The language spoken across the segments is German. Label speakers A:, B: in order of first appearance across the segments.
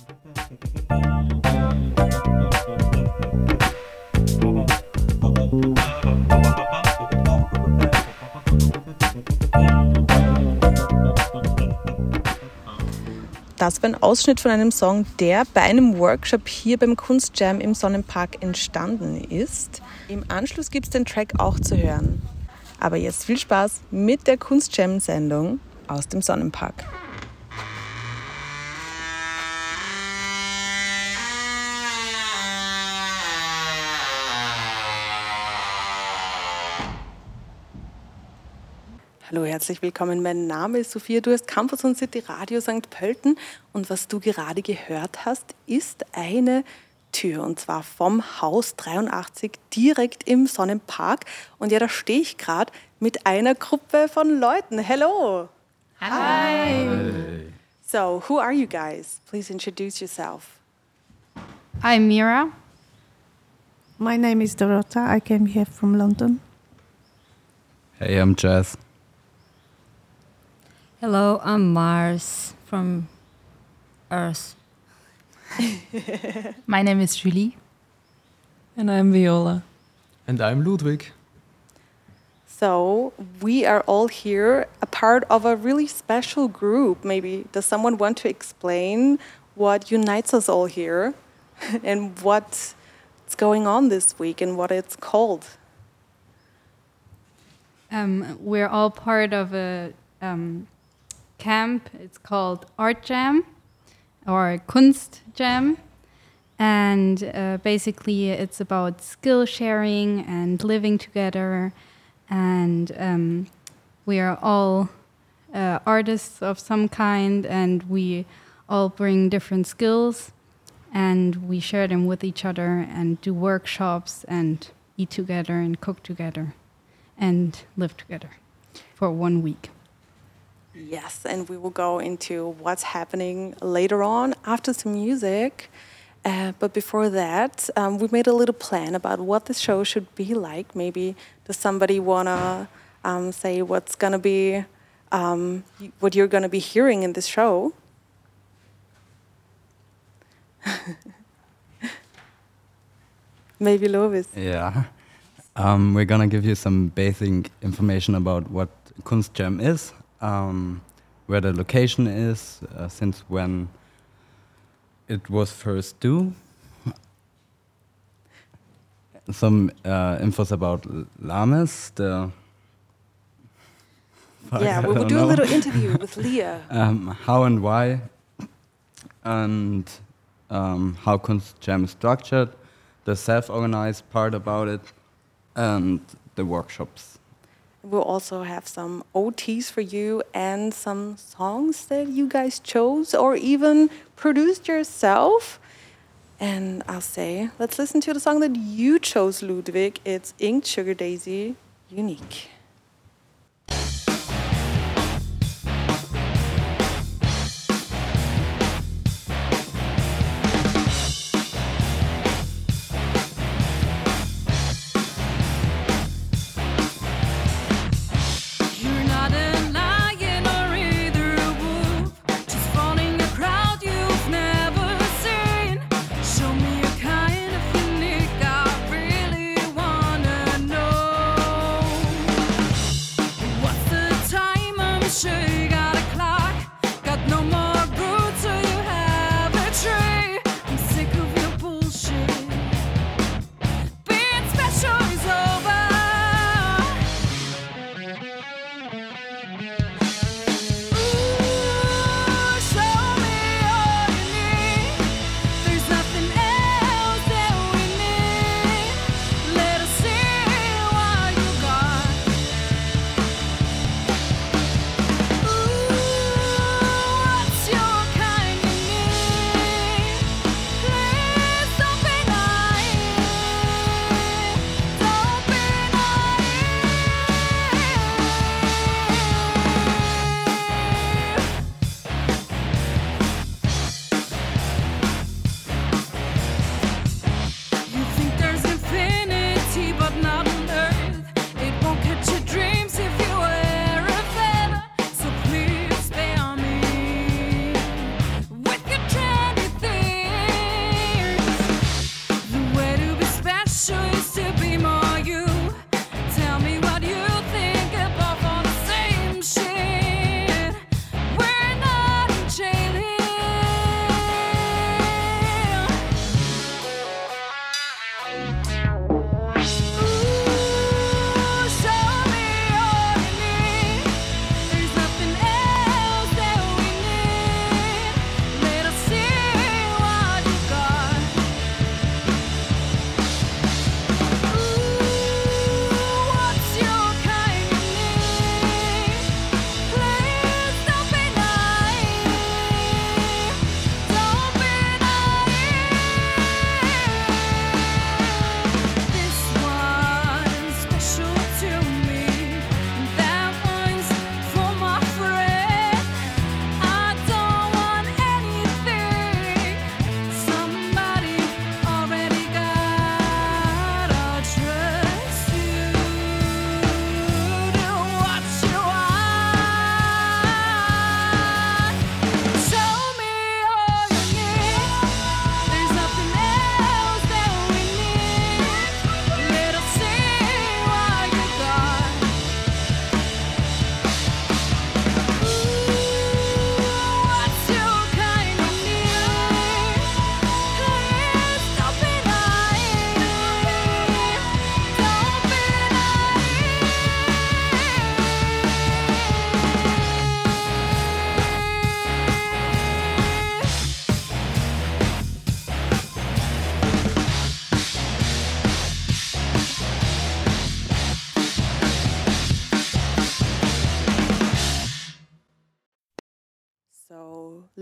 A: Das war ein Ausschnitt von einem Song, der bei einem Workshop hier beim Kunstjam im Sonnenpark entstanden ist. Im Anschluss gibt es den Track auch zu hören. Aber jetzt viel Spaß mit der Kunstjam-Sendung aus dem Sonnenpark. Hallo, herzlich willkommen. Mein Name ist Sophia. Du hast Campus und City Radio St. Pölten. Und was du gerade gehört hast, ist eine Tür. Und zwar vom Haus 83 direkt im Sonnenpark. Und ja, da stehe ich gerade mit einer Gruppe von Leuten. Hello.
B: Hi.
C: Hi.
A: So, who are you guys? Please introduce yourself.
B: I'm Mira.
D: My name is Dorota. I came here from London.
C: Hey, I'm Jazz.
E: Hello, I'm Mars from Earth.
B: My name is Julie.
F: And I'm Viola.
G: And I'm Ludwig.
A: So we are all here, a part of a really special group. Maybe does someone want to explain what unites us all here and what's going on this week and what it's called?
B: We're all part of a camp. It's called Art Jam or Kunst Jam. And basically it's about skill sharing and living together. And we are all artists of some kind, and we all bring different skills, and we share them with each other and do workshops and eat together and cook together and live together for 1 week.
A: Yes, and we will go into what's happening later on after some music. But before that, we made a little plan about what the show should be like. Maybe does somebody want to say what's going to be, what you're going to be hearing in this show? Maybe Lovis.
C: Yeah. We're gonna give you some basic information about what Kunstjam is, where the location is, since when it was first due. Some infos about Lames, the...
A: Yeah, we will do a little interview with Leah.
C: How and why, and how Kunstjam is structured, the self-organized part about it, and the workshops.
A: We'll also have some OTs for you and some songs that you guys chose or even produced yourself. And I'll say, let's listen to the song that you chose, Ludwig. It's Inked Sugar Daisy, Unique.
H: Show me a kind of unique I really wanna know.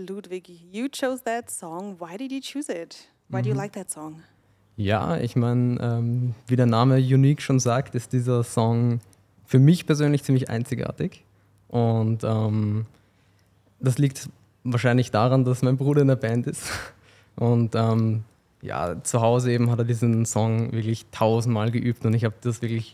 A: Ludwig, you chose that song. Why did you choose it? Why do you like that song?
G: Ja, ich meine, wie der Name Unique schon sagt, ist dieser Song für mich persönlich ziemlich einzigartig. Und das liegt wahrscheinlich daran, dass mein Bruder in der Band ist. Und ja, zu Hause eben hat er diesen Song wirklich 1000-mal geübt und ich habe das wirklich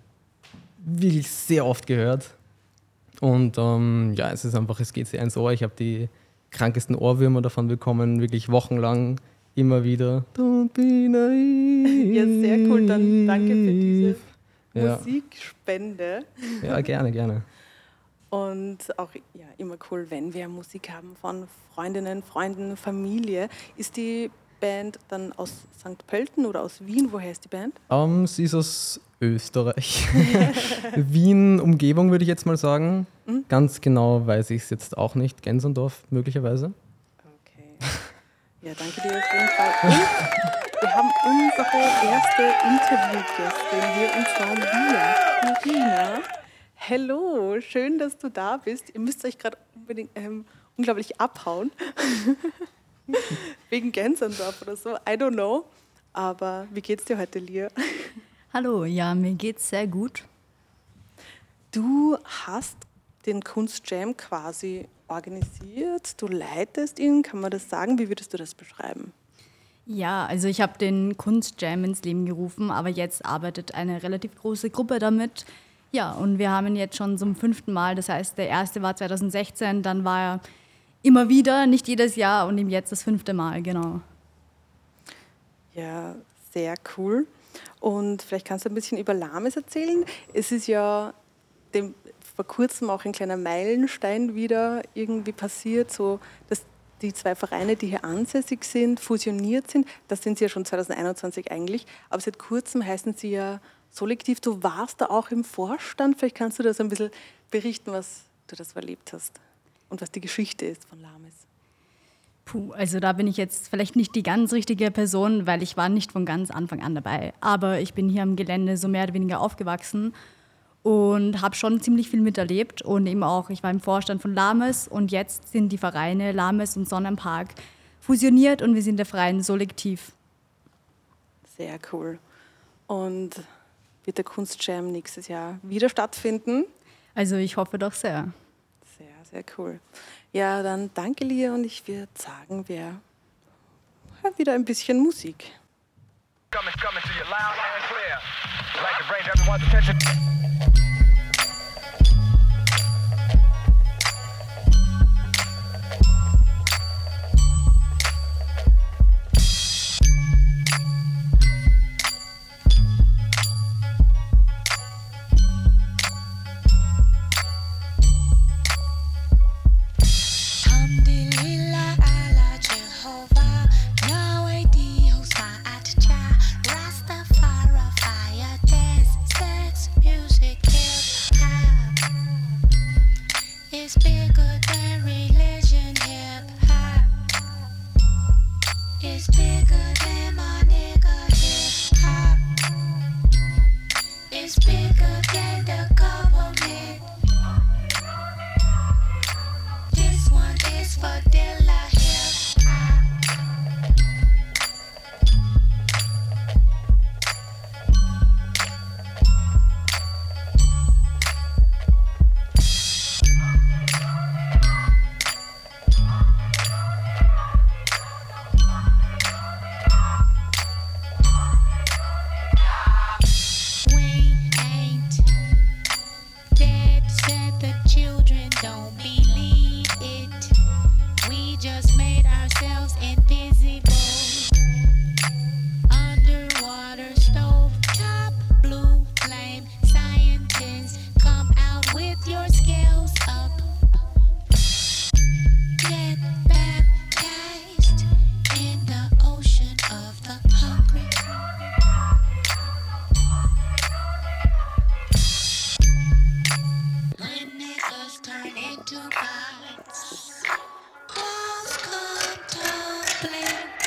G: sehr oft gehört. Und ja, es ist einfach, es geht sehr ins Ohr. Ich habe die krankesten Ohrwürmer davon bekommen, wirklich wochenlang, immer wieder. Don't be naive.
A: Ja, sehr cool. Dann danke für diese Musikspende.
G: Ja, gerne.
A: Und auch immer cool, wenn wir Musik haben von Freundinnen, Freunden, Familie. Ist die Band dann aus St. Pölten oder aus Wien? Woher ist die Band?
G: Sie ist aus Österreich. Wien, Umgebung würde ich jetzt mal sagen. Ganz genau weiß ich es jetzt auch nicht. Gensendorf möglicherweise.
A: Okay. Ja, danke dir auf jeden Fall. Und wir haben unsere erste Interviewgästin hier, und zwar Irina. Hallo, schön, dass du da bist. Ihr müsst euch gerade unbedingt unglaublich abhauen. Wegen Gensendorf oder so, I don't know. Aber wie geht's dir heute, Lia?
H: Hallo, ja, mir geht's sehr gut.
A: Du hast den Kunstjam quasi organisiert, du leitest ihn, kann man das sagen? Wie würdest du das beschreiben?
H: Ja, also ich habe den Kunstjam ins Leben gerufen, aber jetzt arbeitet eine relativ große Gruppe damit. Ja, und wir haben ihn jetzt schon zum 5. Mal, das heißt, der erste war 2016, dann war er immer wieder, nicht jedes Jahr, und eben jetzt das 5. Mal, genau.
A: Ja, sehr cool. Und vielleicht kannst du ein bisschen über Lames erzählen. Es ist ja vor kurzem auch ein kleiner Meilenstein wieder irgendwie passiert, so dass die 2 Vereine, die hier ansässig sind, fusioniert sind. Das sind sie ja schon 2021 eigentlich, aber seit kurzem heißen sie ja Solektiv. Du warst da auch im Vorstand. Vielleicht kannst du das ein bisschen berichten, was du das erlebt hast und was die Geschichte ist von Lames.
H: Puh, also da bin ich jetzt vielleicht nicht die ganz richtige Person, weil ich war nicht von ganz Anfang an dabei. Aber ich bin hier am Gelände so mehr oder weniger aufgewachsen und habe schon ziemlich viel miterlebt. Und eben auch, ich war im Vorstand von Lames und jetzt sind die Vereine Lames und Sonnenpark fusioniert und wir sind der Verein Solektiv.
A: Sehr cool. Und wird der Kunstjam nächstes Jahr wieder stattfinden?
H: Also ich hoffe doch sehr.
A: Sehr, sehr cool. Ja, dann danke, Lia, und ich würde sagen, wir hören wieder ein bisschen Musik.
I: Coming to you loud and clear. I'd like to bring everyone's attention.
J: Turn into gods. Walls come tumbling.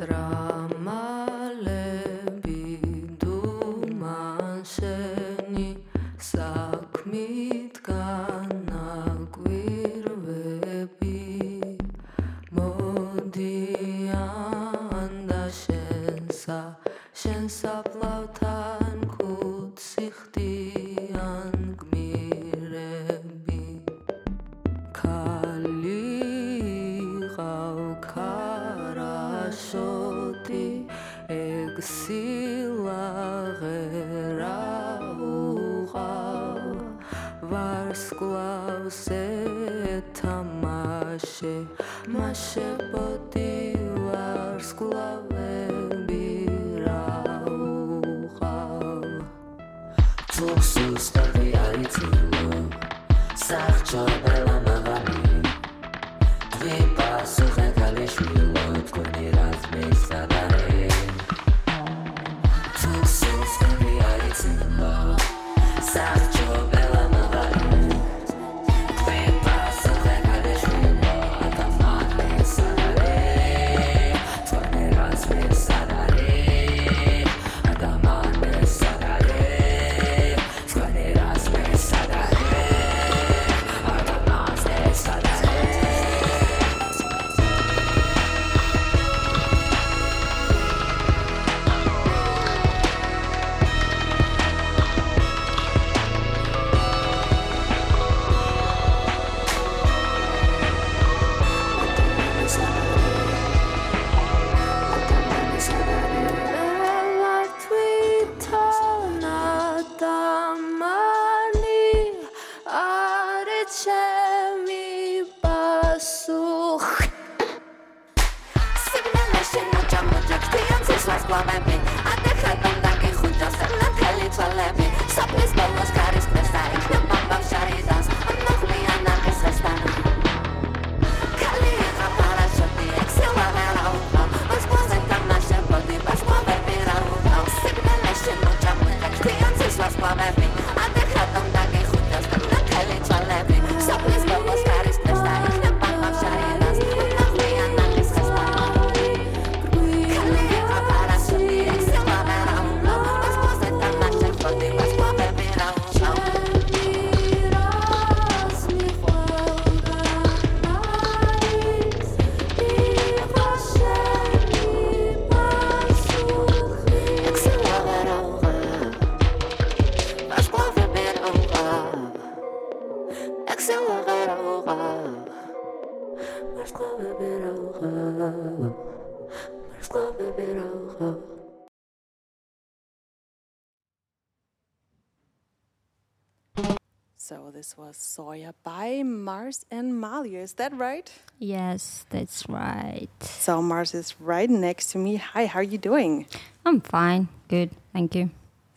A: So this was Soya by Mars and Malia. Is that right?
E: Yes, that's right.
A: So Mars is right next to me. Hi, how are you doing?
E: I'm fine. Good. Thank you.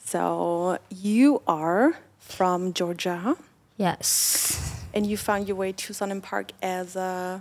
A: So you are from Georgia, huh?
E: Yes.
A: And you found your way to Sonnen Park as a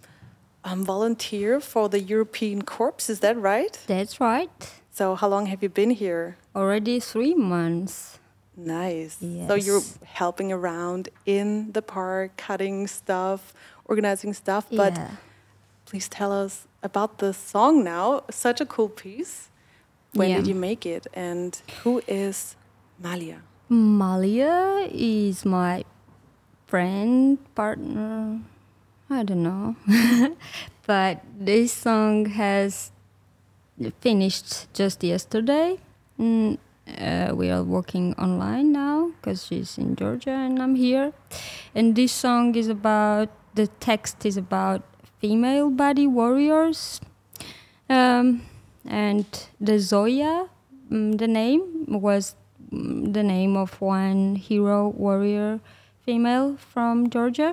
A: volunteer for the European Corps. Is that right?
E: That's right.
A: So how long have you been here?
E: Already 3 months.
A: Nice.
E: Yes.
A: So you're helping around in the park, cutting stuff, organizing stuff. But
E: Yeah.
A: please tell us about the song now. Such a cool piece. When
E: Yeah.
A: did you make it? And who is Malia?
E: Malia is my friend, partner. I don't know. But this song has finished just yesterday. We are working online now because she's in Georgia and I'm here. And this song is about, the text is about female body warriors. And the Zoya, the name was the name of one hero warrior female from Georgia.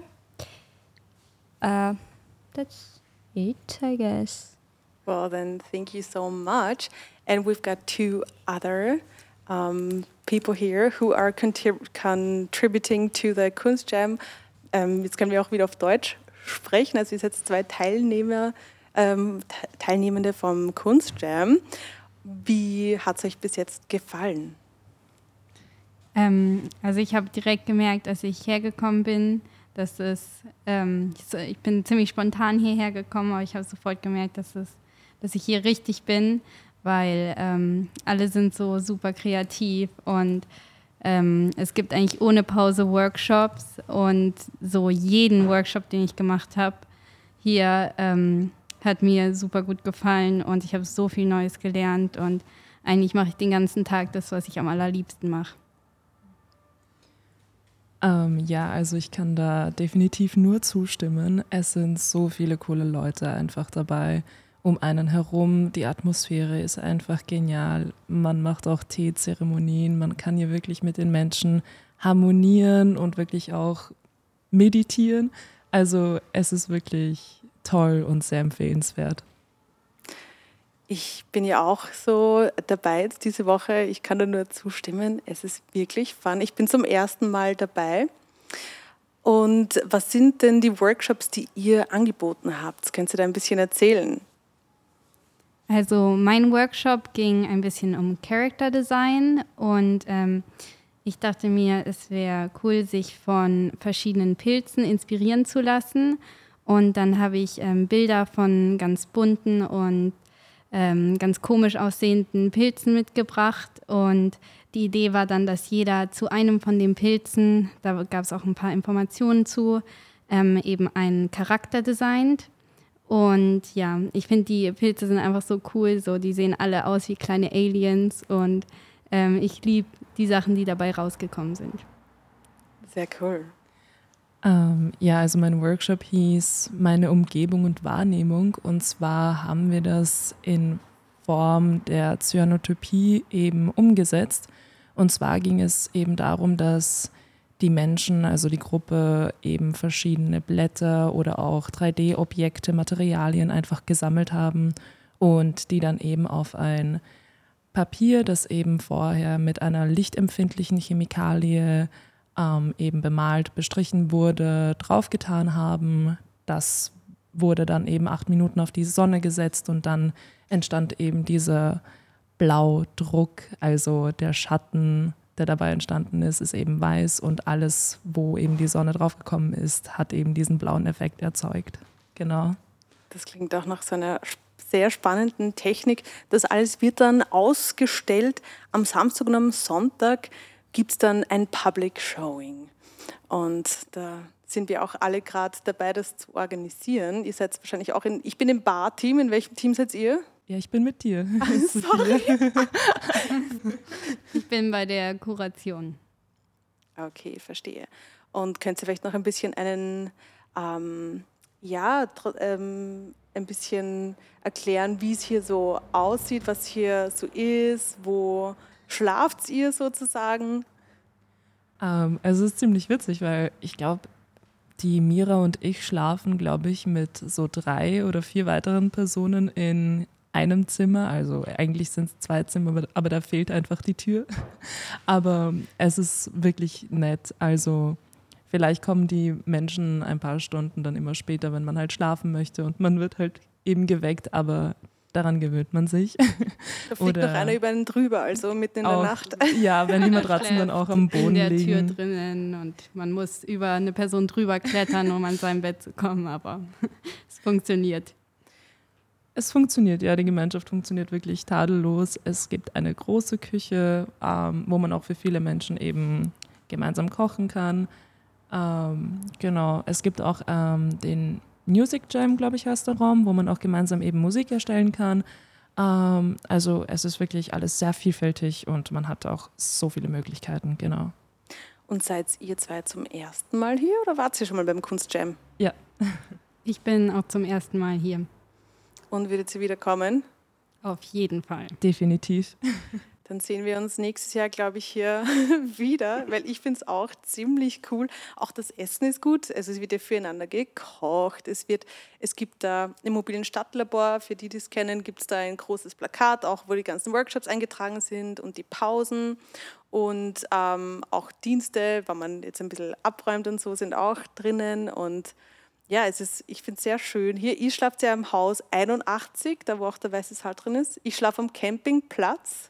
E: That's it, I guess.
A: Well, then, thank you so much. And we've got 2 other people here who are contributing to the Kunstjam. Jetzt können wir auch wieder auf Deutsch sprechen. Also, ihr seid 2 Teilnehmende vom Kunstjam. Wie hat es euch bis jetzt gefallen?
B: Also ich habe direkt gemerkt, als ich hergekommen bin, dass ich bin ziemlich spontan hierher gekommen, aber ich habe sofort gemerkt, dass es dass ich hier richtig bin, weil alle sind so super kreativ und es gibt eigentlich ohne Pause Workshops und so jeden Workshop, den ich gemacht habe, hier hat mir super gut gefallen und ich habe so viel Neues gelernt und eigentlich mache ich den ganzen Tag das, was ich am allerliebsten mache.
F: Ja, also ich kann da definitiv nur zustimmen. Es sind so viele coole Leute einfach dabei um einen herum. Die Atmosphäre ist einfach genial. Man macht auch Teezeremonien. Man kann hier wirklich mit den Menschen harmonieren und wirklich auch meditieren. Also es ist wirklich toll und sehr empfehlenswert.
A: Ich bin ja auch so dabei jetzt diese Woche. Ich kann da nur zustimmen. Es ist wirklich fun. Ich bin zum ersten Mal dabei. Und was sind denn die Workshops, die ihr angeboten habt? Könnt ihr da ein bisschen erzählen?
B: Also mein Workshop ging ein bisschen um Character Design und ich dachte mir, es wäre cool, sich von verschiedenen Pilzen inspirieren zu lassen. Und dann habe ich Bilder von ganz bunten und ganz komisch aussehenden Pilzen mitgebracht. Und die Idee war dann, dass jeder zu einem von den Pilzen, da gab es auch ein paar Informationen zu, eben einen Charakter designt. Und ja, ich finde, die Pilze sind einfach so cool, so, die sehen alle aus wie kleine Aliens und ich liebe die Sachen, die dabei rausgekommen sind.
A: Sehr cool.
F: Ja, also mein Workshop hieß Meine Umgebung und Wahrnehmung und zwar haben wir das in Form der Cyanotypie eben umgesetzt und zwar ging es eben darum, dass die Menschen, also die Gruppe, eben verschiedene Blätter oder auch 3D-Objekte, Materialien einfach gesammelt haben und die dann eben auf ein Papier, das eben vorher mit einer lichtempfindlichen Chemikalie eben bemalt, bestrichen wurde, draufgetan haben. Das wurde dann eben 8 Minuten auf die Sonne gesetzt und dann entstand eben dieser Blaudruck, also der Schatten, der dabei entstanden ist, ist eben weiß und alles, wo eben die Sonne draufgekommen ist, hat eben diesen blauen Effekt erzeugt. Genau.
A: Das klingt auch nach so einer sehr spannenden Technik. Das alles wird dann ausgestellt. Am Samstag und am Sonntag gibt es dann ein Public Showing. Und da sind wir auch alle gerade dabei, das zu organisieren. Ihr seid wahrscheinlich auch ich bin im Bar-Team. In welchem Team seid ihr?
F: Ja, ich bin mit dir.
A: Sorry.
B: Ich bin bei der Kuration.
A: Okay, verstehe. Und könnt ihr vielleicht noch ein bisschen ein bisschen erklären, wie es hier so aussieht, was hier so ist, wo schlaft ihr sozusagen?
F: Also es ist ziemlich witzig, weil ich glaube, die Mira und ich schlafen, glaube ich, mit so 3 oder 4 weiteren Personen in einem Zimmer. Also eigentlich sind es 2 Zimmer, aber da fehlt einfach die Tür. Aber es ist wirklich nett. Also vielleicht kommen die Menschen ein paar Stunden dann immer später, wenn man halt schlafen möchte und man wird halt eben geweckt, aber daran gewöhnt man sich.
A: Da fliegt noch einer über einen drüber, also mitten in der Nacht.
F: Ja, wenn die Matratzen dann auch am Boden liegen.
B: In der Tür drinnen und man muss über eine Person drüber klettern, um an sein Bett zu kommen, aber es funktioniert.
F: Es funktioniert, ja, die Gemeinschaft funktioniert wirklich tadellos. Es gibt eine große Küche, wo man auch für viele Menschen eben gemeinsam kochen kann. Genau, es gibt auch den Music Jam, glaube ich, heißt der Raum, wo man auch gemeinsam eben Musik erstellen kann. Also es ist wirklich alles sehr vielfältig und man hat auch so viele Möglichkeiten, genau.
A: Und seid ihr 2 zum ersten Mal hier oder wart ihr schon mal beim Kunstjam?
F: Ja.
B: Ich bin auch zum ersten Mal hier.
A: Und würdet ihr wieder kommen?
B: Auf jeden Fall.
F: Definitiv.
A: Dann sehen wir uns nächstes Jahr, glaube ich, hier wieder, weil ich finde es auch ziemlich cool. Auch das Essen ist gut, also es wird ja füreinander gekocht. Es gibt da im mobilen Stadtlabor, für die es kennen, gibt es da ein großes Plakat, auch wo die ganzen Workshops eingetragen sind und die Pausen. Und auch Dienste, wenn man jetzt ein bisschen abräumt und so, sind auch drinnen. Und ja, ich finde es sehr schön. Hier, ich schlafe ja im Haus 81, da wo auch der weiße Saal drin ist. Ich schlafe am Campingplatz.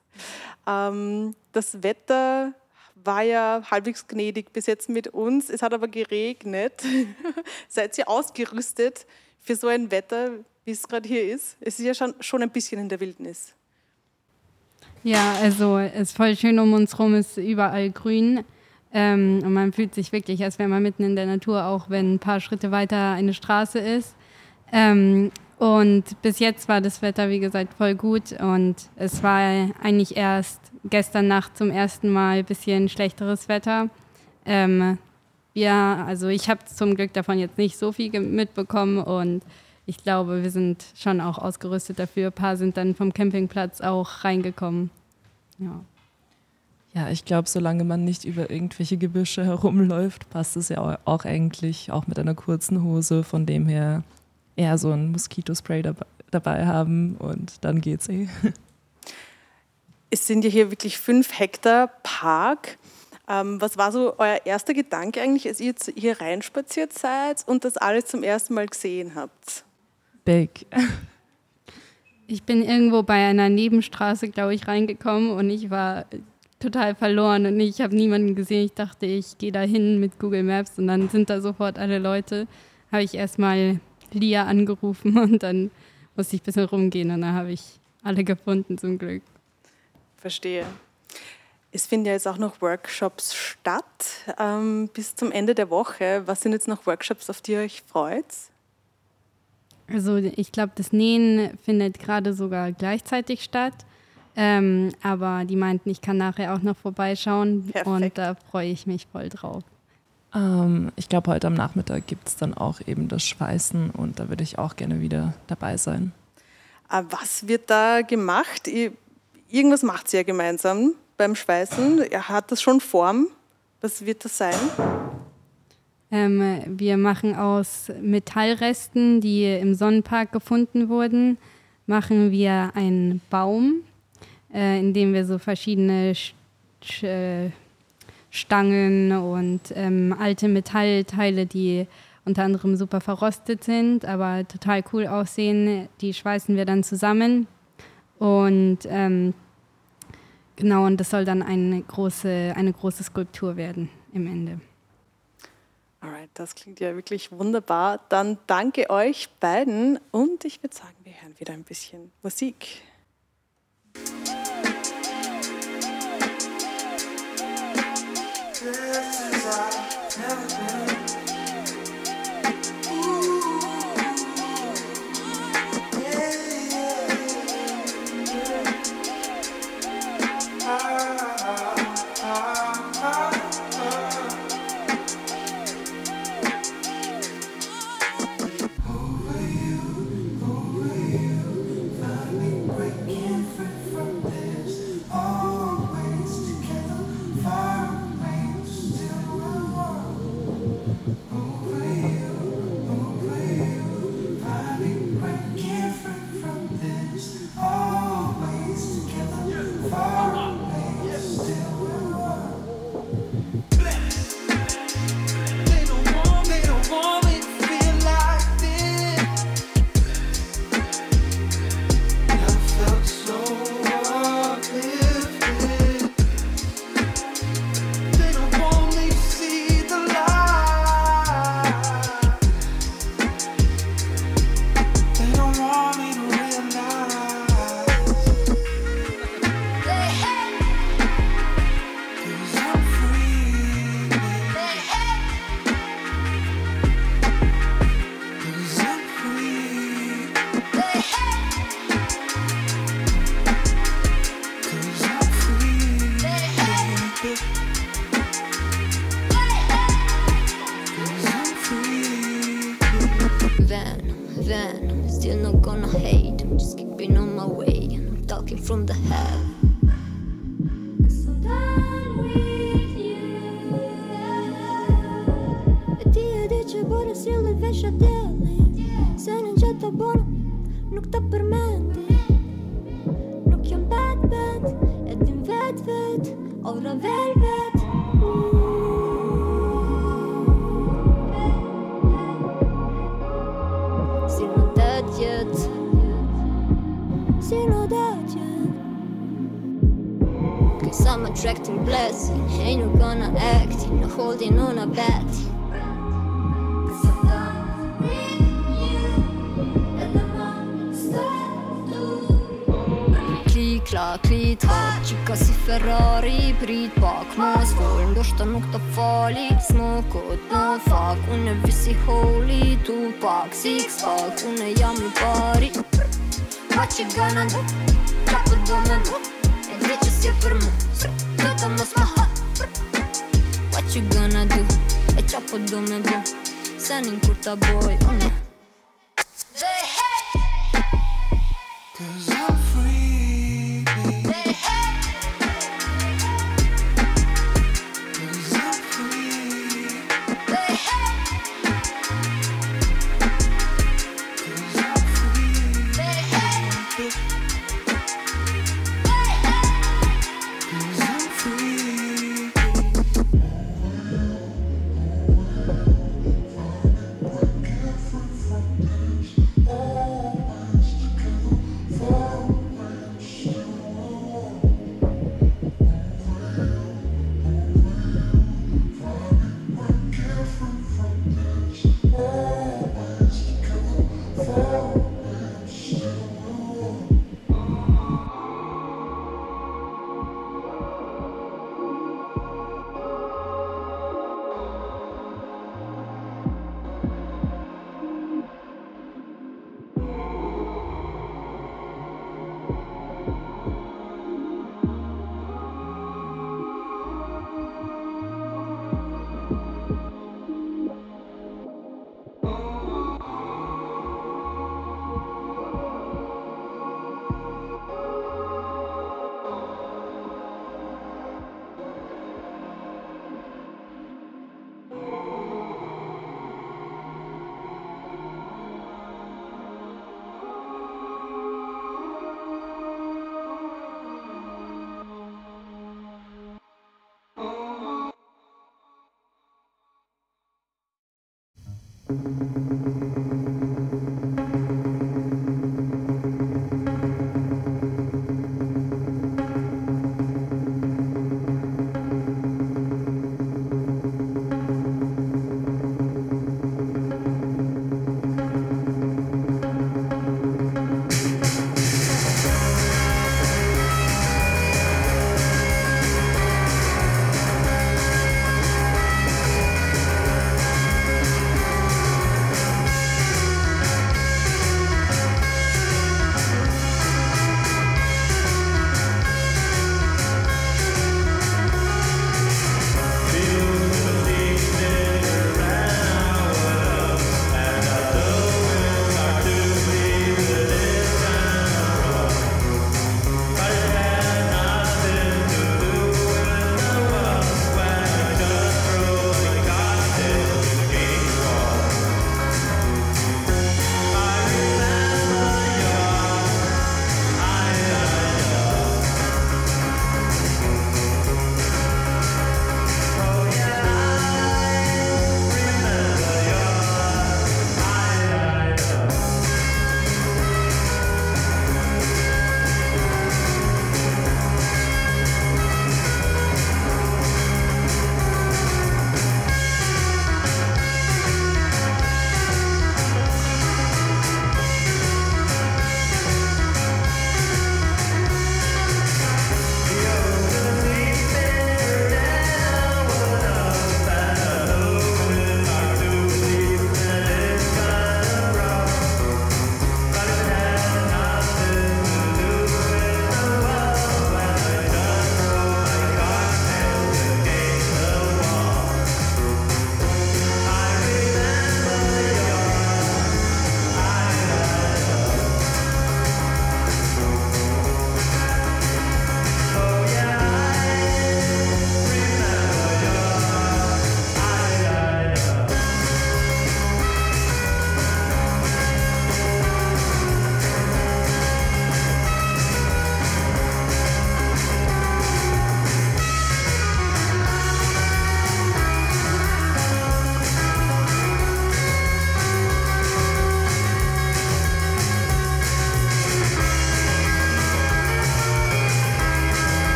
A: Das Wetter war ja halbwegs gnädig bis jetzt mit uns. Es hat aber geregnet. Seid ihr ausgerüstet für so ein Wetter? wie es gerade hier ist? Es ist ja schon ein bisschen in der Wildnis.
B: Ja, also es ist voll schön um uns rum, ist überall grün. Und man fühlt sich wirklich, als wäre man mitten in der Natur, auch wenn ein paar Schritte weiter eine Straße ist. Und bis jetzt war das Wetter, wie gesagt, voll gut. Und es war eigentlich erst gestern Nacht zum ersten Mal ein bisschen schlechteres Wetter. Also ich habe zum Glück davon jetzt nicht so viel mitbekommen. Und ich glaube, wir sind schon auch ausgerüstet dafür. Ein paar sind dann vom Campingplatz auch reingekommen. Ja.
F: Ja, ich glaube, solange man nicht über irgendwelche Gebüsche herumläuft, passt es ja auch eigentlich, auch mit einer kurzen Hose. Von dem her eher so ein Moskitospray dabei haben und dann geht's eh.
A: Es sind ja hier wirklich 5 Hektar Park. Was war so euer erster Gedanke eigentlich, als ihr hier reinspaziert seid und das alles zum ersten Mal gesehen habt?
F: Big.
B: Ich bin irgendwo bei einer Nebenstraße, glaube ich, reingekommen und ich war total verloren und ich habe niemanden gesehen. Ich dachte, ich gehe da hin mit Google Maps und dann sind da sofort alle Leute. Habe ich erstmal Lia angerufen und dann musste ich ein bisschen rumgehen und dann habe ich alle gefunden zum Glück.
A: Verstehe. Es finden ja jetzt auch noch Workshops statt bis zum Ende der Woche. Was sind jetzt noch Workshops, auf die ihr euch freut?
B: Also ich glaube, das Nähen findet gerade sogar gleichzeitig statt. Aber die meinten, ich kann nachher auch noch vorbeischauen.
A: Perfekt.
B: Und da freue ich mich voll drauf.
F: Ich glaube, heute am Nachmittag gibt es dann auch eben das Schweißen und da würde ich auch gerne wieder dabei sein.
A: Was wird da gemacht? Irgendwas macht ihr ja gemeinsam beim Schweißen. Hat das schon Form? Was wird das sein?
B: Wir machen aus Metallresten, die im Sonnenpark gefunden wurden, machen wir einen Baum, in dem wir so verschiedene Stangen und alte Metallteile, die unter anderem super verrostet sind, aber total cool aussehen, die schweißen wir dann zusammen. Und genau, und das soll dann eine große Skulptur werden im Ende.
A: Alright, das klingt ja wirklich wunderbar. Dann danke euch beiden und ich würde sagen, wir hören wieder ein bisschen Musik.
J: Then, still not gonna hate. I'm just keeping on my way. I'm talking from the head. So done with you. Ti dice buona si le vesce delle. Se non c'è ta buona, non ta permette. Non chiam bad, e din vet, ora velvet. Cause I'm attracting blessing. Ain't no gonna act, no holding on a bet. Cause I'm done with you. And the moment
E: klid Qika si Ferrari prit pak mos vol Ndoshta nuk të fali Smokot në fak Unë visi holy Tupac, six pack Unë jam I pari What you gonna do? Qa po do me bu? E di që si për mu Do të mos më ha What you gonna do? E qa po do me bu? Senin kur ta boj unë They hate Cause I'm free They hate Cause I'm free They hate Cause I'm free They hate Cause I'm free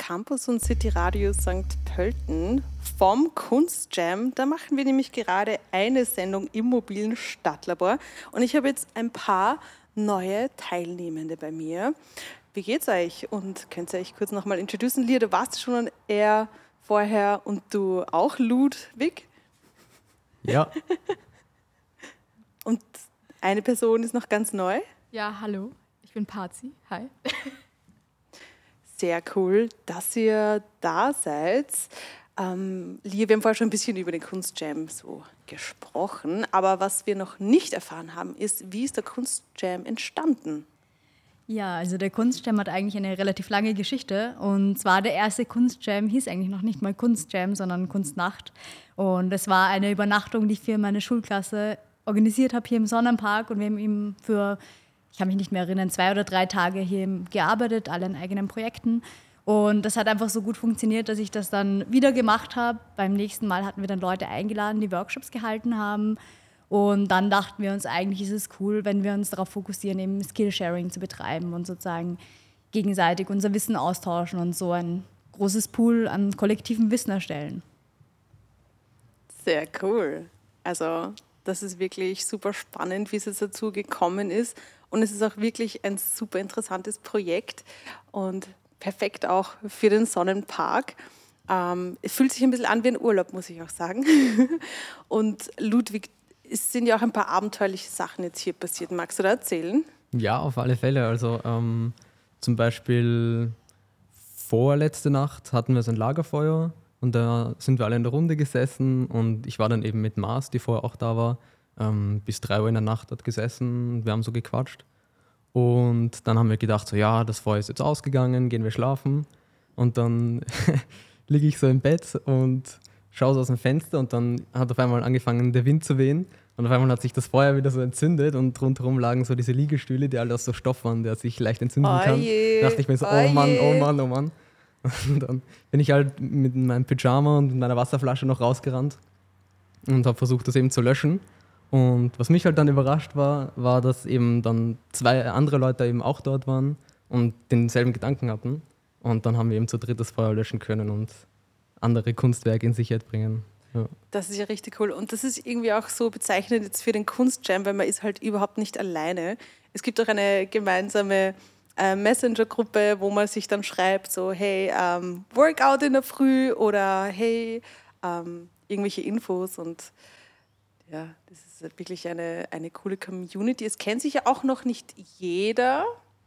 A: Campus und City Radio St. Pölten vom Kunstjam. Da machen wir nämlich gerade eine Sendung im mobilen Stadtlabor. Und ich habe jetzt ein paar neue Teilnehmende bei mir. Wie geht's euch? Und könnt ihr euch kurz nochmal introduzieren? Lia, du warst schon eher vorher und du auch, Ludwig?
G: Ja.
A: Und eine Person ist noch ganz neu.
K: Ja, hallo, ich bin Pazi. Hi.
A: Sehr cool, dass ihr da seid. Lia, wir haben vorher schon ein bisschen über den Kunstjam so gesprochen, aber was wir noch nicht erfahren haben, ist, wie ist der Kunstjam entstanden?
H: Ja, also der Kunstjam hat eigentlich eine relativ lange Geschichte. Und zwar der erste Kunstjam hieß eigentlich noch nicht mal Kunstjam, sondern Kunstnacht. Und es war eine Übernachtung, die ich für meine Schulklasse organisiert habe hier im Sonnenpark. Und wir haben ihm für, ich kann mich nicht mehr erinnern, 2 oder 3 Tage hier gearbeitet, alle an eigenen Projekten. Und das hat einfach so gut funktioniert, dass ich das dann wieder gemacht habe. Beim nächsten Mal hatten wir dann Leute eingeladen, die Workshops gehalten haben. Und dann dachten wir uns, eigentlich ist es cool, wenn wir uns darauf fokussieren, eben Skillsharing zu betreiben und sozusagen gegenseitig unser Wissen austauschen und so ein großes Pool an kollektivem Wissen erstellen.
A: Sehr cool. Also das ist wirklich super spannend, wie es jetzt dazu gekommen ist. Und es ist auch wirklich ein super interessantes Projekt und perfekt auch für den Sonnenpark. Es fühlt sich ein bisschen an wie ein Urlaub, muss ich auch sagen. Und Ludwig, es sind ja auch ein paar abenteuerliche Sachen jetzt hier passiert. Magst du da erzählen?
G: Ja, auf alle Fälle. Also zum Beispiel vorletzte Nacht hatten wir so ein Lagerfeuer und da sind wir alle in der Runde gesessen und ich war dann eben mit Mars, die vorher auch da war, bis 3 Uhr in der Nacht dort gesessen und wir haben so gequatscht. Und dann haben wir gedacht, so ja, das Feuer ist jetzt ausgegangen, gehen wir schlafen. Und dann liege ich so im Bett und schaue so aus dem Fenster und dann hat auf einmal angefangen, der Wind zu wehen. Und auf einmal hat sich das Feuer wieder so entzündet und rundherum lagen so diese Liegestühle, die alle aus so Stoff waren, der sich leicht entzünden kann. Da dachte ich mir so, oh Mann, oh Mann, oh Mann. Und dann bin ich halt mit meinem Pyjama und meiner Wasserflasche noch rausgerannt und habe versucht, das eben zu löschen. Und was mich halt dann überrascht war, dass eben dann 2 andere Leute eben auch dort waren und denselben Gedanken hatten. Und dann haben wir eben zu dritt das Feuer löschen können und andere Kunstwerke in Sicherheit bringen. Ja.
A: Das ist ja richtig cool. Und das ist irgendwie auch so bezeichnend jetzt für den Kunstjam, weil man ist halt überhaupt nicht alleine. Es gibt auch eine gemeinsame Messenger-Gruppe, wo man sich dann schreibt, so hey, Workout in der Früh oder hey, irgendwelche Infos. Und ja, das ist wirklich eine coole Community. Es kennt sich ja auch noch nicht jeder.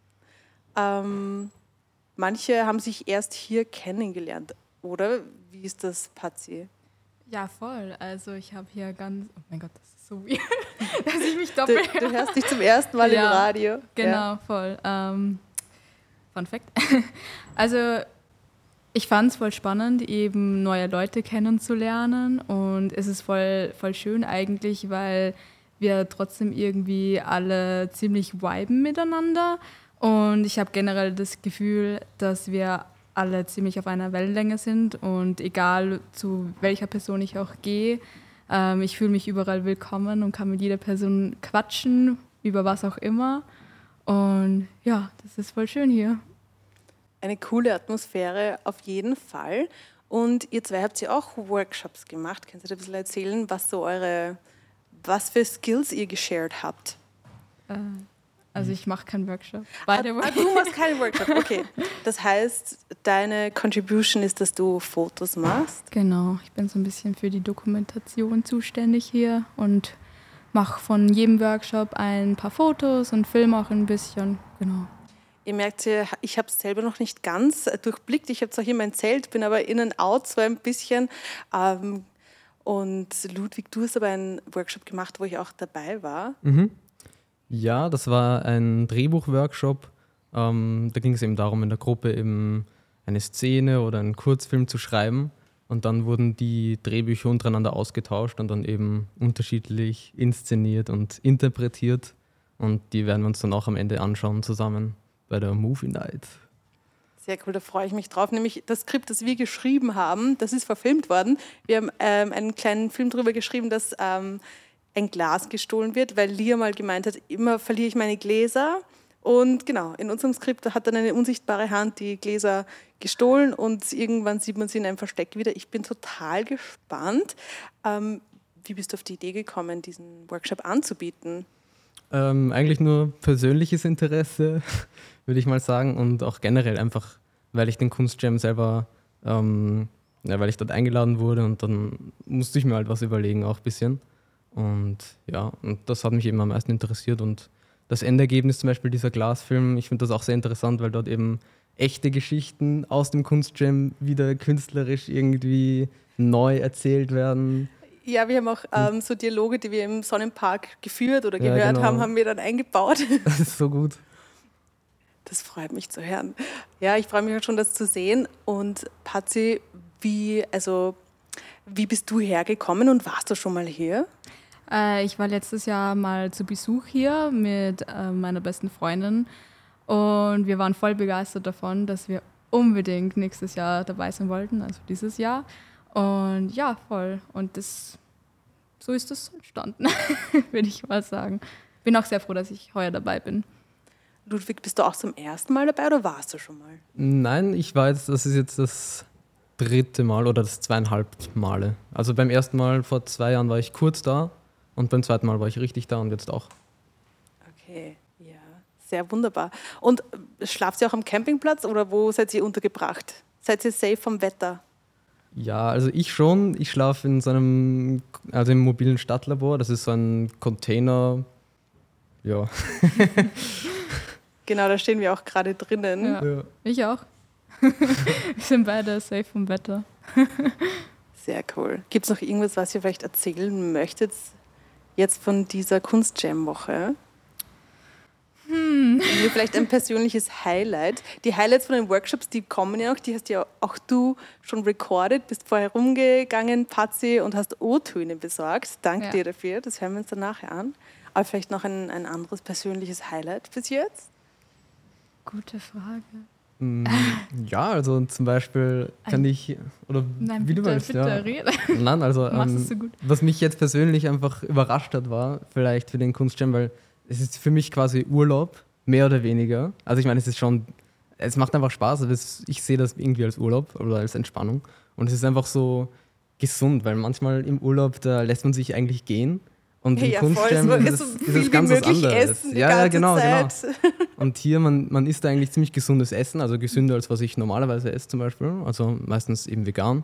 A: Manche haben sich erst hier kennengelernt. Oder wie ist das, Pazi?
K: Ja, voll. Also ich habe hier ganz, oh mein Gott, das ist so weird, dass ich mich doppelt...
A: Du hörst dich zum ersten Mal im Radio.
K: Genau,
A: ja.
K: Voll. Fun Fact. Also ich fand es voll spannend, eben neue Leute kennenzulernen und es ist voll schön eigentlich, weil wir trotzdem irgendwie alle ziemlich viben miteinander und ich habe generell das Gefühl, dass wir alle ziemlich auf einer Wellenlänge sind und egal zu welcher Person ich auch gehe, ich fühle mich überall willkommen und kann mit jeder Person quatschen, über was auch immer. Und ja, das ist voll schön hier.
A: Eine coole Atmosphäre auf jeden Fall. Und ihr 2 habt ja auch Workshops gemacht. Könnt ihr da ein bisschen erzählen, was für Skills ihr geshared habt?
K: Also ich mache keinen Workshop.
A: Du machst keinen Workshop, okay. Das heißt, deine Contribution ist, dass du Fotos machst?
K: Genau, ich bin so ein bisschen für die Dokumentation zuständig hier und mache von jedem Workshop ein paar Fotos und filme auch ein bisschen, genau.
A: Ihr merkt ja, ich habe es selber noch nicht ganz durchblickt. Ich habe zwar hier mein Zelt, bin aber in and out so ein bisschen. Und Ludwig, du hast aber einen Workshop gemacht, wo ich auch dabei war.
G: Mhm. Ja, das war ein Drehbuch-Workshop. Da ging es eben darum, in der Gruppe eben eine Szene oder einen Kurzfilm zu schreiben. Und dann wurden die Drehbücher untereinander ausgetauscht und dann eben unterschiedlich inszeniert und interpretiert. Und die werden wir uns dann auch am Ende anschauen zusammen bei der Movie Night.
A: Sehr cool, da freue ich mich drauf. Nämlich das Skript, das wir geschrieben haben, das ist verfilmt worden. Wir haben einen kleinen Film darüber geschrieben, dass ein Glas gestohlen wird, weil Lia mal gemeint hat, immer verliere ich meine Gläser Und genau, in unserem Skript hat dann eine unsichtbare Hand die Gläser gestohlen und irgendwann sieht man sie in einem Versteck wieder. Ich bin total gespannt. Wie bist du auf die Idee gekommen, diesen Workshop anzubieten?
G: Eigentlich nur persönliches Interesse, würde ich mal sagen. Und auch generell einfach, weil ich den Kunstjam selber, weil ich dort eingeladen wurde und dann musste ich mir halt was überlegen, auch ein bisschen. Und ja, und das hat mich eben am meisten interessiert. Und das Endergebnis, zum Beispiel dieser Glasfilm, ich finde das auch sehr interessant, weil dort eben echte Geschichten aus dem Kunstjam wieder künstlerisch irgendwie neu erzählt werden.
A: Ja, wir haben auch so Dialoge, die wir im Sonnenpark geführt oder gehört haben wir dann eingebaut.
G: Das ist so gut.
A: Das freut mich zu hören. Ja, ich freue mich auch schon, das zu sehen. Und Patzi, wie bist du hergekommen und warst du schon mal hier?
K: Ich war letztes Jahr mal zu Besuch hier mit meiner besten Freundin und wir waren voll begeistert davon, dass wir unbedingt nächstes Jahr dabei sein wollten, also dieses Jahr. Und ja, voll. Und so ist das entstanden, würde ich mal sagen. Bin auch sehr froh, dass ich heuer dabei bin.
A: Ludwig, bist du auch zum ersten Mal dabei oder warst du schon mal?
G: Nein, das ist jetzt das 3. Mal oder das 2,5 Male. Also beim ersten Mal vor 2 Jahren war ich kurz da und beim 2. Mal war ich richtig da und jetzt auch.
A: Okay, ja, sehr wunderbar. Und schlaft ihr auch am Campingplatz oder wo seid ihr untergebracht? Seid ihr safe vom Wetter?
G: Ja, also ich schon. Ich schlafe in so einem, also im mobilen Stadtlabor. Das ist so ein Container. Ja.
A: Genau, da stehen wir auch gerade drinnen.
K: Ja. Ich auch. Wir sind beide safe vom Wetter.
A: Sehr cool. Gibt es noch irgendwas, was ihr vielleicht erzählen möchtet jetzt von dieser Kunstjam-Woche? Vielleicht ein persönliches Highlight. Die Highlights von den Workshops, die kommen ja noch, die hast ja auch du schon recorded, bist vorher rumgegangen, Patzi, und hast O-Töne besorgt. Danke dir dafür, das hören wir uns dann nachher an. Aber vielleicht noch ein anderes persönliches Highlight bis jetzt?
K: Gute Frage.
G: Ja, also zum Beispiel kann ich, oder
K: Nein,
G: wie du willst,
K: bitte, rede.
G: Nein, also
K: Machst es so gut.
G: was mich jetzt persönlich einfach überrascht hat, war vielleicht für den Kunstjam, weil es ist für mich quasi Urlaub, mehr oder weniger. Also ich meine, es macht einfach Spaß, aber ich sehe das irgendwie als Urlaub oder als Entspannung. Und es ist einfach so gesund, weil manchmal im Urlaub, da lässt man sich eigentlich gehen. Und im Kunstjam ist es ganz was anderes. Ja, genau. Und hier, man isst eigentlich ziemlich gesundes Essen, also gesünder als was ich normalerweise esse zum Beispiel. Also meistens eben vegan,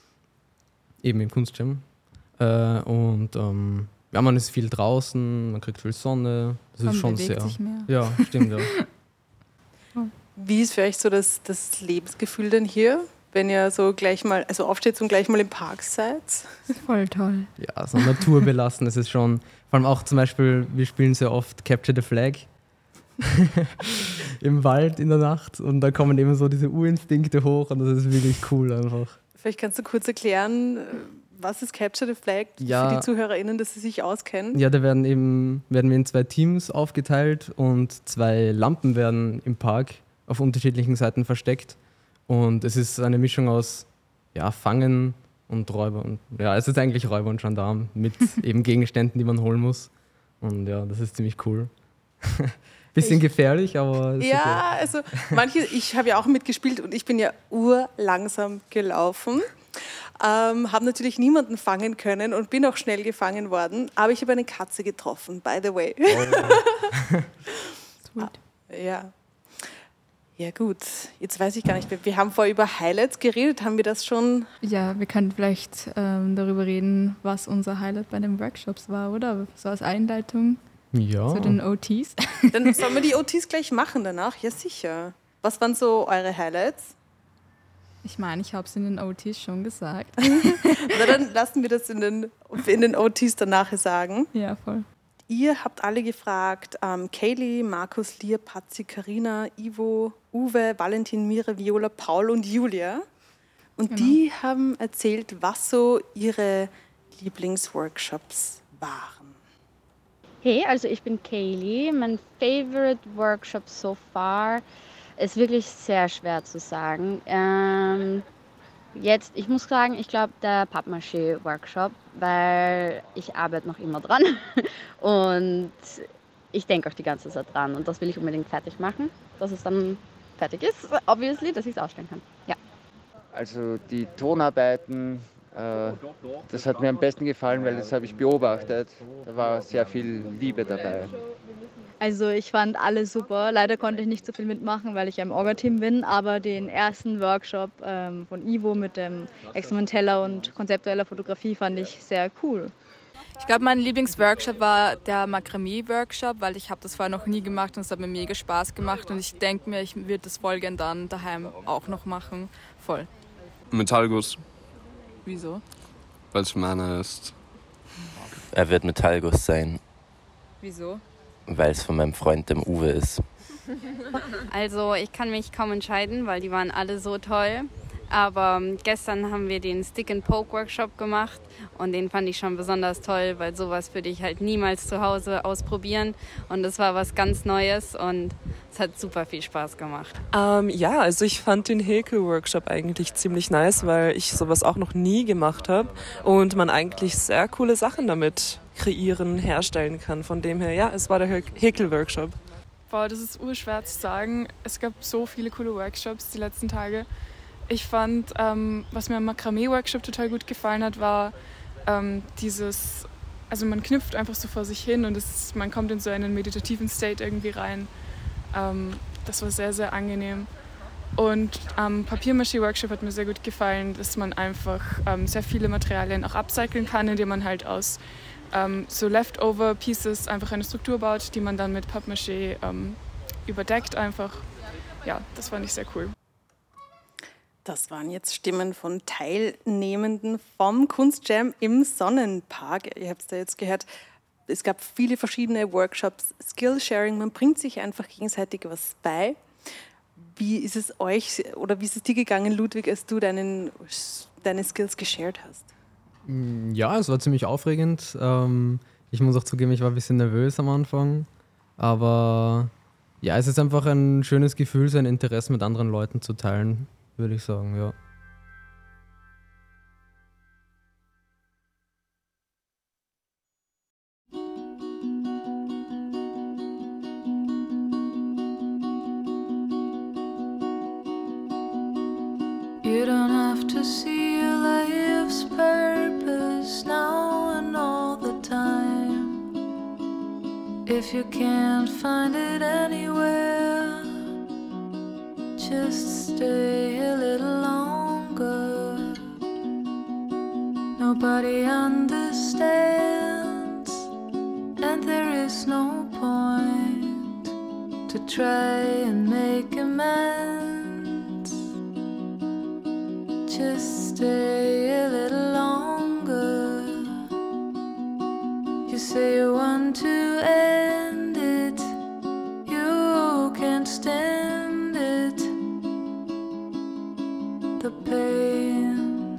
G: eben im Kunstjam. Ja, man ist viel draußen, man kriegt viel Sonne. Das ist schon sehr.
K: Sich mehr.
G: Ja, stimmt, ja.
A: Wie ist für euch so das Lebensgefühl denn hier, wenn ihr so gleich mal, also aufsteht und gleich mal im Park seid?
K: Voll toll.
G: Ja, so naturbelassen ist es schon. Vor allem auch zum Beispiel, wir spielen sehr oft Capture the Flag im Wald in der Nacht und da kommen eben so diese Urinstinkte hoch und das ist wirklich cool einfach.
A: Vielleicht kannst du kurz erklären, was ist Capture the Flag für die ZuhörerInnen, dass sie sich auskennen? Ja,
G: da werden wir in 2 Teams aufgeteilt und 2 Lampen werden im Park auf unterschiedlichen Seiten versteckt. Und es ist eine Mischung aus Fangen und Räuber. Und, es ist eigentlich Räuber und Gendarm mit eben Gegenständen, die man holen muss. Und ja, das ist ziemlich cool. Bisschen gefährlich, aber ist okay.
A: Also ich habe ja auch mitgespielt und ich bin ja urlangsam gelaufen. Habe natürlich niemanden fangen können und bin auch schnell gefangen worden, aber ich habe eine Katze getroffen, by the way.
K: Oh.
A: Sweet. Ja gut, jetzt weiß ich gar nicht mehr. Wir haben vorher über Highlights geredet, haben wir das schon?
K: Ja, wir können vielleicht darüber reden, was unser Highlight bei den Workshops war, oder? So als Einleitung zu den OTs.
A: Dann sollen wir die OTs gleich machen danach? Ja, sicher. Was waren so eure Highlights?
K: Ich meine, ich habe es in den OTs schon gesagt.
A: Na, dann lassen wir das in den OTs danach sagen.
K: Ja, voll.
A: Ihr habt alle gefragt, Kaylee, Markus, Lia, Patzi, Carina, Ivo, Uwe, Valentin, Mira, Viola, Paul und Julia. Und die haben erzählt, was so ihre Lieblingsworkshops waren.
L: Hey, also ich bin Kaylee. Mein favorite Workshop so far ist wirklich sehr schwer zu sagen. Jetzt, ich muss sagen, ich glaube der Pappmaché-Workshop, weil ich arbeite noch immer dran und
M: ich denke auch die ganze Zeit dran und das will ich unbedingt fertig machen, dass es dann fertig ist, obviously, dass ich es ausstellen kann. Ja.
N: Also die Tonarbeiten, das hat mir am besten gefallen, weil das habe ich beobachtet. Da war sehr viel Liebe dabei.
H: Also ich fand alle super. Leider konnte ich nicht so viel mitmachen, weil ich ja im Orga-Team bin, aber den ersten Workshop von Ivo mit dem experimenteller und konzeptueller Fotografie fand ich sehr cool.
K: Ich glaube, mein Lieblingsworkshop war der Makramee-Workshop, weil ich habe das vorher noch nie gemacht und es hat mir mega Spaß gemacht und ich denke mir, ich würde das voll gern dann daheim auch noch machen. Voll.
O: Metallguss.
K: Wieso?
O: Weil es meiner ist.
P: Er wird Metallguss sein.
K: Wieso?
P: Weil es von meinem Freund, dem Uwe, ist.
Q: Also ich kann mich kaum entscheiden, weil die waren alle so toll. Aber gestern haben wir den Stick-and-Poke-Workshop gemacht und den fand ich schon besonders toll, weil sowas würde ich halt niemals zu Hause ausprobieren. Und es war was ganz Neues und es hat super viel Spaß gemacht.
R: Ja, also ich fand den Häkel-Workshop eigentlich ziemlich nice, weil ich sowas auch noch nie gemacht habe und man eigentlich sehr coole Sachen damit kreieren, herstellen kann. Von dem her, ja, es war der Häkel-Workshop.
S: Boah, das ist urschwer zu sagen. Es gab so viele coole Workshops die letzten Tage. Ich fand, was mir am Makramee-Workshop total gut gefallen hat, war also man knüpft einfach so vor sich hin und man kommt in so einen meditativen State irgendwie rein. Das war sehr, sehr angenehm. Und am Papier-Maché-Workshop hat mir sehr gut gefallen, dass man einfach sehr viele Materialien auch upcyclen kann, indem man halt aus so Leftover-Pieces einfach eine Struktur baut, die man dann mit Papier-Maché überdeckt einfach. Ja, das fand ich sehr cool.
A: Das waren jetzt Stimmen von Teilnehmenden vom Kunstjam im Sonnenpark. Ihr habt es ja jetzt gehört, es gab viele verschiedene Workshops, Skillsharing, man bringt sich einfach gegenseitig was bei. Wie ist es euch oder wie ist es dir gegangen, Ludwig, als du deine Skills geshared hast?
G: Ja, es war ziemlich aufregend. Ich muss auch zugeben, ich war ein bisschen nervös am Anfang, aber ja, es ist einfach ein schönes Gefühl, sein Interesse mit anderen Leuten zu teilen, würde ich sagen, ja.
T: You don't have to see your life's purpose now and all the time. If you can't find it anywhere, just stay a little longer. Nobody understands, and there is no point to try and make amends. Just stay a little longer. You say you want to end it, you can't stand it, the pain.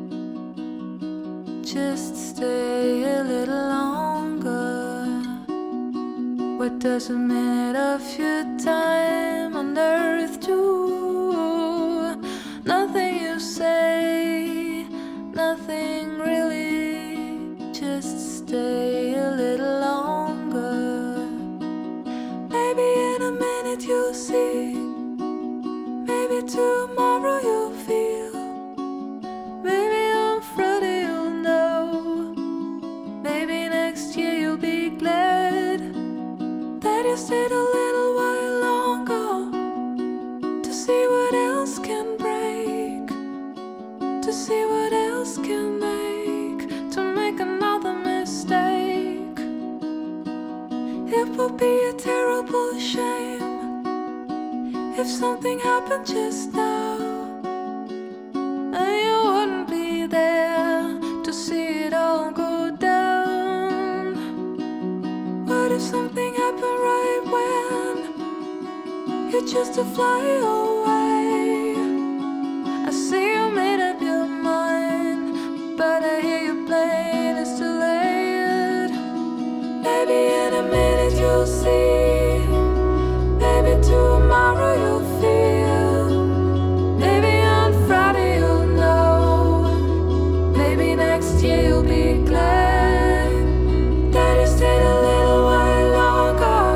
T: Just stay a little longer. What does a minute of your time on earth do? Nothing you say, nothing really. Just stay a little longer. Maybe in a minute you'll see. Maybe tomorrow you'll feel. Maybe on Friday you'll know. Maybe next year you'll be glad that you stayed a little while longer to see what else can break, to see what else can make, to make another mistake. It would be a terrible shame if something happened just now and you wouldn't be there to see it all go down. What if something happened right when you choose to fly away? I see you made up your mind, but I hear you playing it's too late. Maybe in a minute you'll see. Maybe tomorrow you'll feel. Maybe on Friday you'll know. Maybe next year you'll be glad that you stayed a little while longer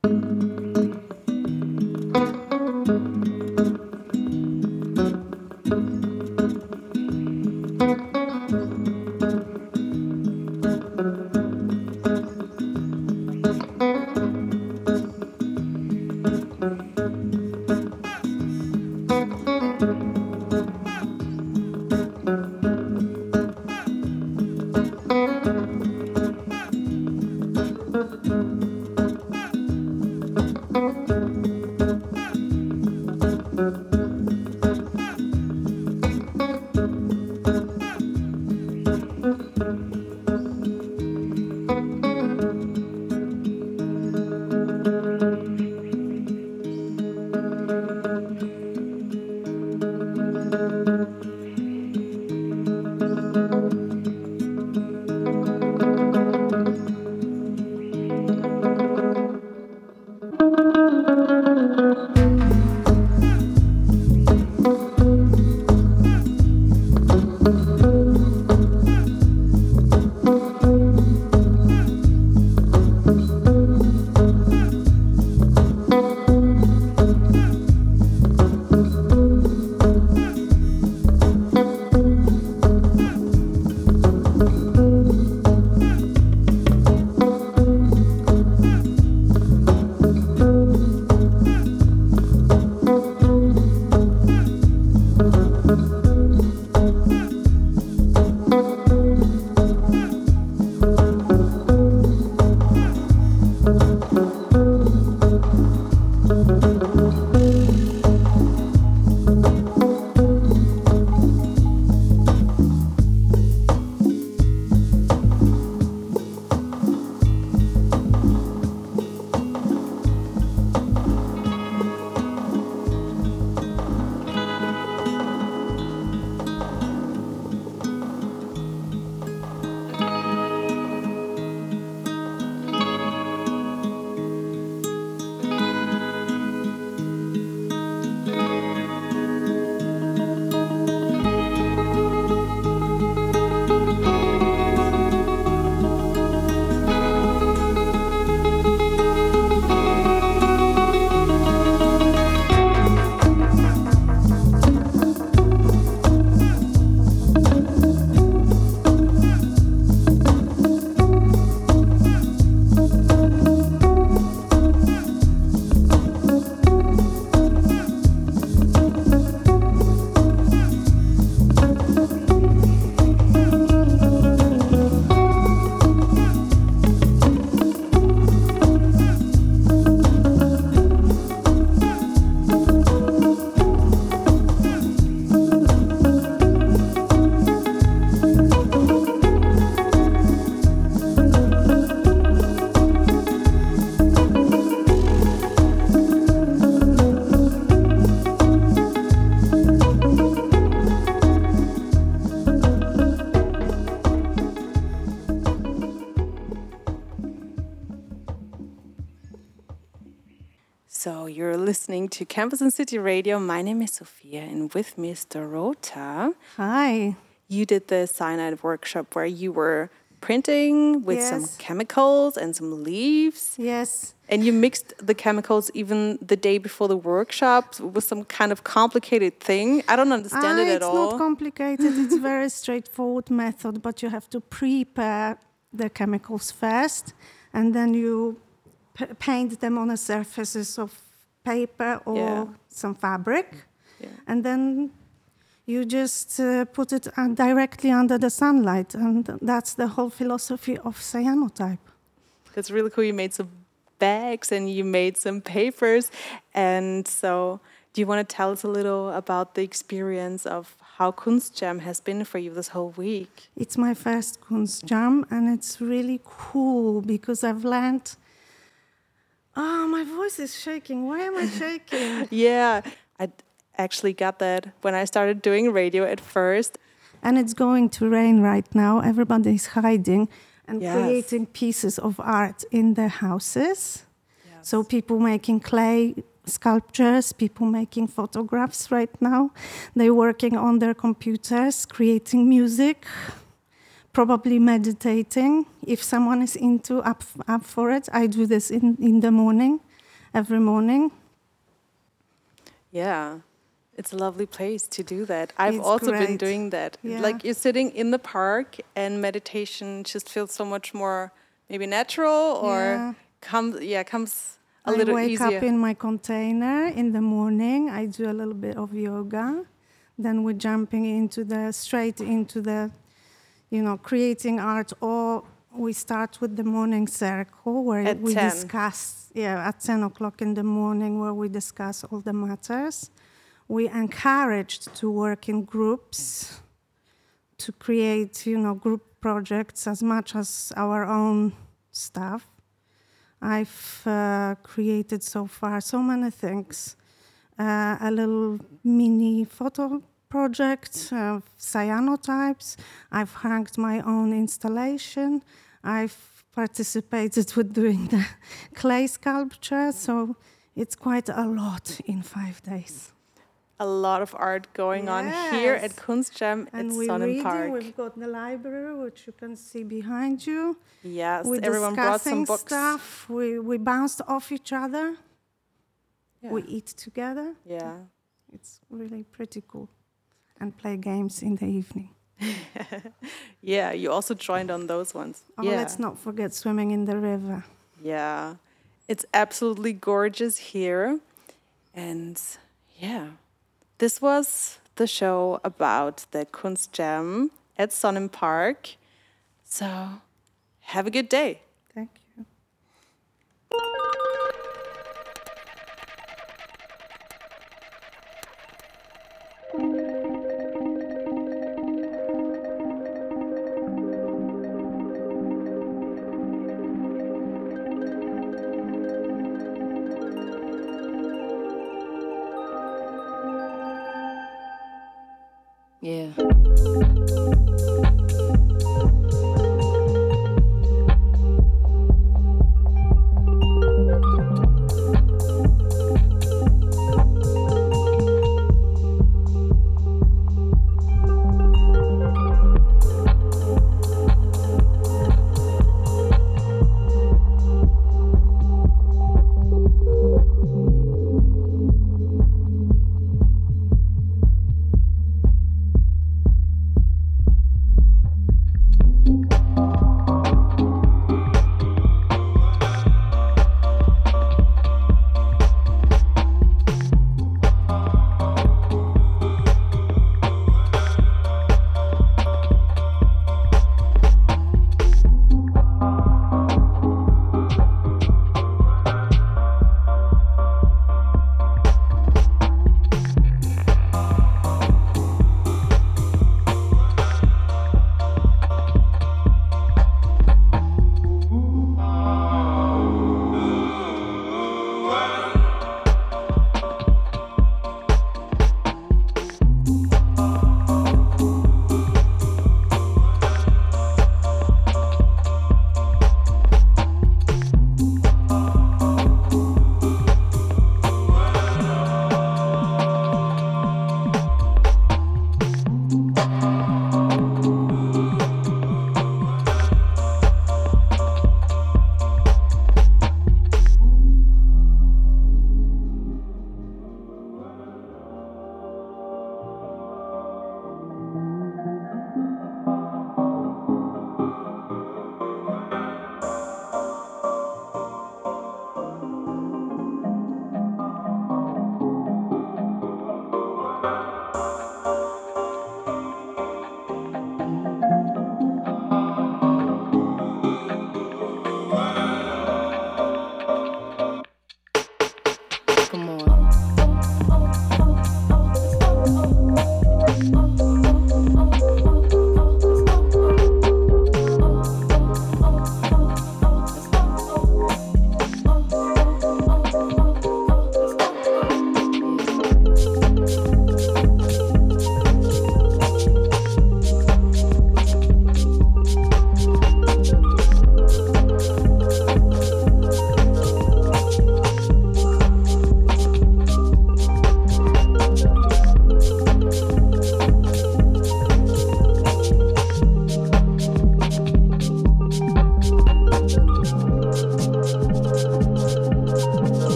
A: So you're listening to Campus and City Radio. My name is Sophia, and with me is Dorota.
D: Hi.
A: You did the cyanide workshop where you were printing with some
D: Yes.
A: chemicals and some leaves.
D: Yes.
A: And you mixed the chemicals even the day before the workshop with some kind of complicated thing. I don't understand it at all.
D: It's not complicated. It's a very straightforward method, but you have to prepare the chemicals first, and then you paint them on the surfaces of paper or some fabric, and then you just put it directly under the sunlight, and that's the whole philosophy of cyanotype.
A: That's really cool. You made some bags and you made some papers. And so do you want to tell us a little about the experience of how Kunstjam has been for you this whole week?
D: It's my first Kunstjam, and it's really cool because I've learned... Oh, my voice is shaking. Why am I shaking?
A: Yeah, I actually got that when I started doing radio at first.
D: And it's going to rain right now. Everybody's hiding and creating pieces of art in their houses. Yes. So people making clay sculptures, people making photographs right now. They're working on their computers, creating music, probably meditating. If someone is up for it, I do this in the morning. every morning.
A: Yeah, it's a lovely place to do that. I've
D: It's
A: also been
D: great.
A: doing that.
D: Yeah.
A: Like you're sitting in the park and meditation just feels so much more maybe natural or comes a little
D: I wake
A: easier.
D: up in my container in the morning. I do a little bit of yoga. Then we're jumping straight into the, creating art. Or we start with the morning circle where
A: At
D: we
A: 10.
D: discuss, at 10 o'clock in the morning, where we discuss all the matters. We encouraged to work in groups, to create, group projects as much as our own stuff. I've created so far so many things. A little mini photo project of cyanotypes. I've hanged my own installation. I've participated with doing the clay sculpture. So it's quite a lot in 5 days.
A: A lot of art going on here at Kunstjam at
D: And we're
A: Sonnenpark.
D: We've got the library, which you can see behind you.
A: Yes,
D: We're
A: everyone brought some
D: discussing
A: books.
D: stuff. We bounced off each other.
A: Yeah.
D: We eat together.
A: Yeah.
D: It's really pretty cool. And play games in the evening.
A: Yeah, you also joined on those ones.
D: Oh,
A: yeah.
D: let's not forget swimming in the river.
A: Yeah, it's absolutely gorgeous here. And yeah, this was the show about the Kunstjam at Sonnenpark. So have a good day.
D: Thank you.
U: Yeah.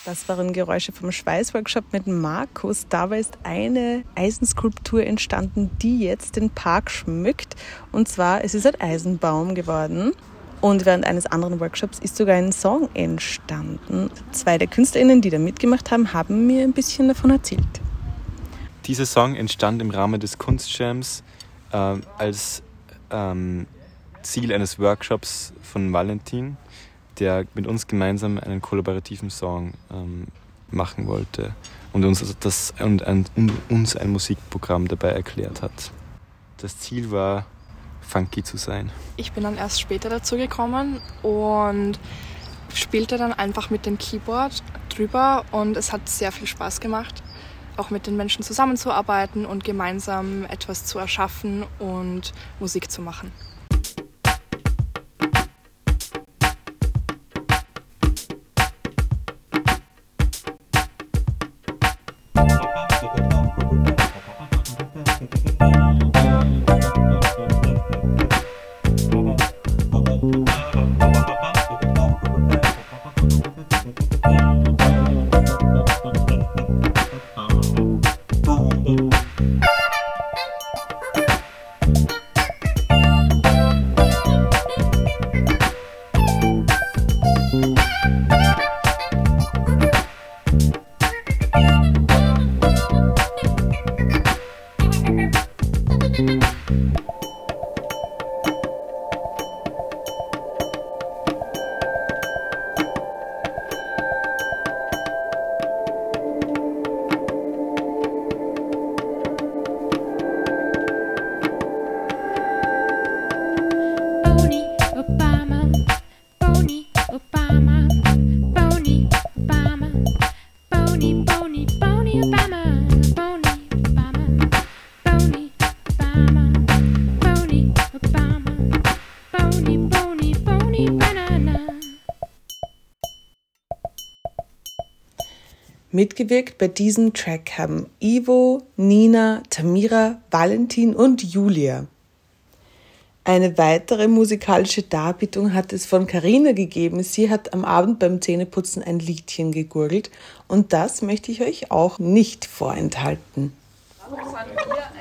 A: Das waren Geräusche vom Schweißworkshop mit Markus. Dabei ist eine Eisenskulptur entstanden, die jetzt den Park schmückt. Und zwar, es ist ein Eisenbaum geworden. Und während eines anderen Workshops ist sogar ein Song entstanden. 2 der KünstlerInnen, die da mitgemacht haben, haben mir ein bisschen davon erzählt.
C: Dieser Song entstand im Rahmen des Kunstjams als Ziel eines Workshops von Valentin, der mit uns gemeinsam einen kollaborativen Song machen wollte und uns ein Musikprogramm dabei erklärt hat. Das Ziel war, funky zu sein.
V: Ich bin dann erst später dazu gekommen und spielte dann einfach mit dem Keyboard drüber und es hat sehr viel Spaß gemacht, auch mit den Menschen zusammenzuarbeiten und gemeinsam etwas zu erschaffen und Musik zu machen.
A: Mitgewirkt bei diesem Track haben Ivo, Nina, Tamira, Valentin und Julia. Eine weitere musikalische Darbietung hat es von Carina gegeben. Sie hat am Abend beim Zähneputzen ein Liedchen gegurgelt und das möchte ich euch auch nicht vorenthalten.
W: Wir sind hier